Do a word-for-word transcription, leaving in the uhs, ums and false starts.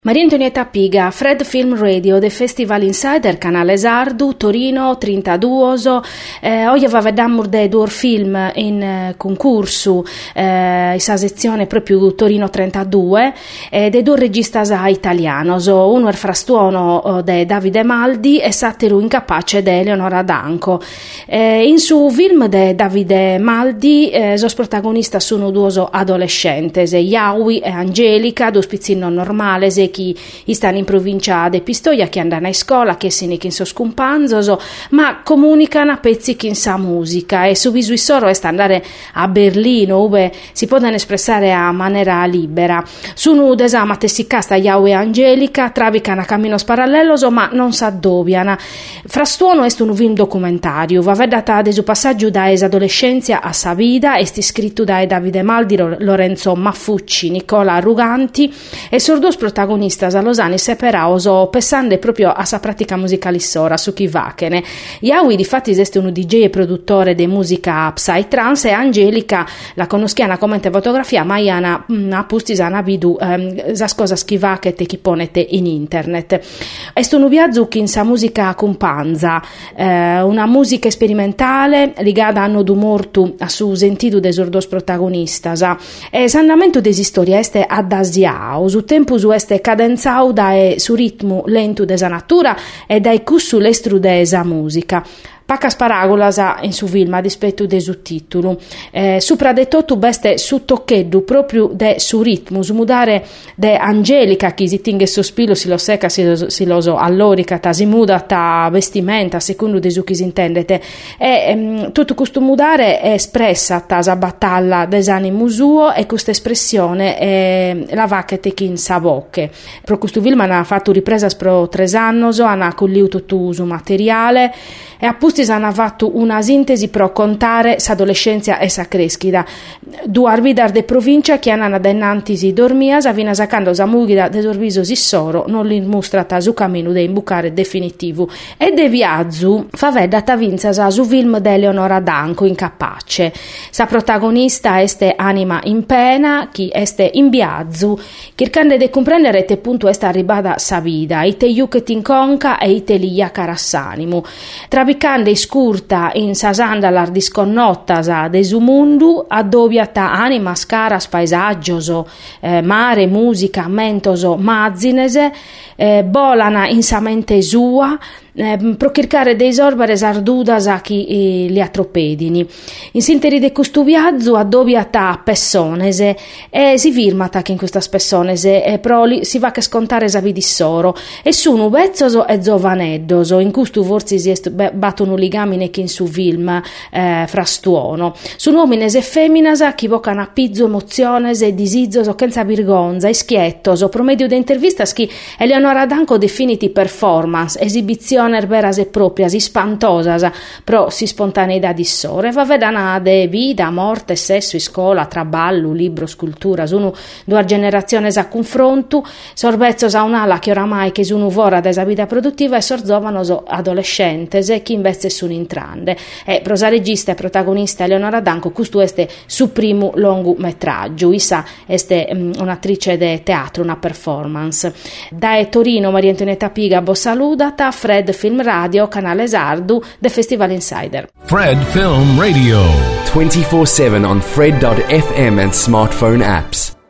Maria Antonietta Piga, Fred Film Radio, del Festival Insider, canale Sardu, Torino, trentadue. Eh, oggi vedemmo dei due film in eh, concorso, eh, in sezione proprio Torino trentadue, eh, dei due registi italiani, so, uno è Frastuono di Davide Maldi e Satiro Incapace di Eleonora Danco. Eh, in su film di Davide Maldi, eh, i protagonisti sono due adolescenti, Yawi e Angelica, due spizzino normali, chi stanno in provincia de Pistoia, che andano a scuola, che si ne so scumpanzo, ma comunicano a pezzi che in sa musica e su viso soro è andare a Berlino, dove si possono espressare a maniera libera. Sono desama tessicasta Yahweh e Angelica, travicano a camminos parallelos, ma non si addobbiano. Frastuono è un film documentario, va vedata de su passaggio da esadolescenza a sa vita, è scritto da Davide Maldi, Lorenzo Maffucci, Nicola Ruganti e sordos protagonisti a Losani separato pensando proprio a sa pratica musicale sora su chi vachene. Yawi di fatti è uno D J e produttore di musica psytrance e Angelica la conosciana come fotografia ma iana a pustisana bidu ehm, za cosa schivachete chi ponete in internet. È un viaggio che in sa musica companza, eh, una musica sperimentale legata a anno du mortu a su sentido de sordos protagonistas e s'andamento desi storia este addasiao su tempo su este cadenzau da su ritmo lento desa natura e dai cussu l'estru desa musica. Pacas paragolas in su film a dispetto de su titolo. Eh, supra de tutto beste su toccheddu proprio de su ritmo, su mudare de Angelica che si tinge sospiro si lo seca si lo, si lo so allorica ta si muda ta vestimenta secondo de su chi si intendete e ehm, tutto questo mudare è espressa ta sa battaglia des'animo suo e questa espressione è la vacchete che in sa bocche. Pro questo film hanno fatto ripresa pro tre anni, hanno colliuto tutto su materiale e appunto hanno fatto una sintesi per contare s'adolescenza e sa creschida. Due arbidar de provincia che hanno adennantisi dormias, vina sacando sa mugida de sorviso si soro, non li mostrata su cammino de imbucare definitivo. E de viaggiu fa vedata vinzasa su film de Eleonora Danco, Incapace. Sa protagonista este anima in pena, chi este in viaggiu, cercando de comprendere te punto est arribada sa vida, ite iuchet in conca e ite lia carassanimo. Trabicando scurta in sa sandalar disconnottas de su mundu, addobbiata animas caras paesaggios, eh, mare, musica, mentoso, mazzinese, eh, bolana in sa mente sua, eh, pro cercare de isorbare sardudas a chi eh, li attropedini. In sinteri de questo viaggio addobbiata pessonese e si firmata che in questa pessonese e pro li, si va che scontare sa vidi soro e sono vezzoso e giovaneddoso in questo forzi si est battono ligamine che in su film eh, Frastuono. Sono uomines e femminas che vocano a pizzo emoziones e disizzoso senza virgonza e schiettoso promedio de intervistas che Eleonora Danco definiti performance, esibizione veras e proprias, spantosas, pro si spontaneità di sore, va vedana de vita, morte, sesso, scuola, traballo, libro, scultura, sono due generazioni a confronto, sorbezzos a un'ala che oramai che sono vora desa vita produttiva e sorzovano adolescentes e chi invece sono intrande. E prosa regista e protagonista Eleonora Danco, questo este su primo lungometraggio, issa este um, un'attrice de teatro, una performance. Da Torino Maria Antonietta Piga, bo saludata, Fred Film Radio, canale Sardu, The Festival Insider. Fred Film Radio. twenty-four seven on Fred dot f m and smartphone apps.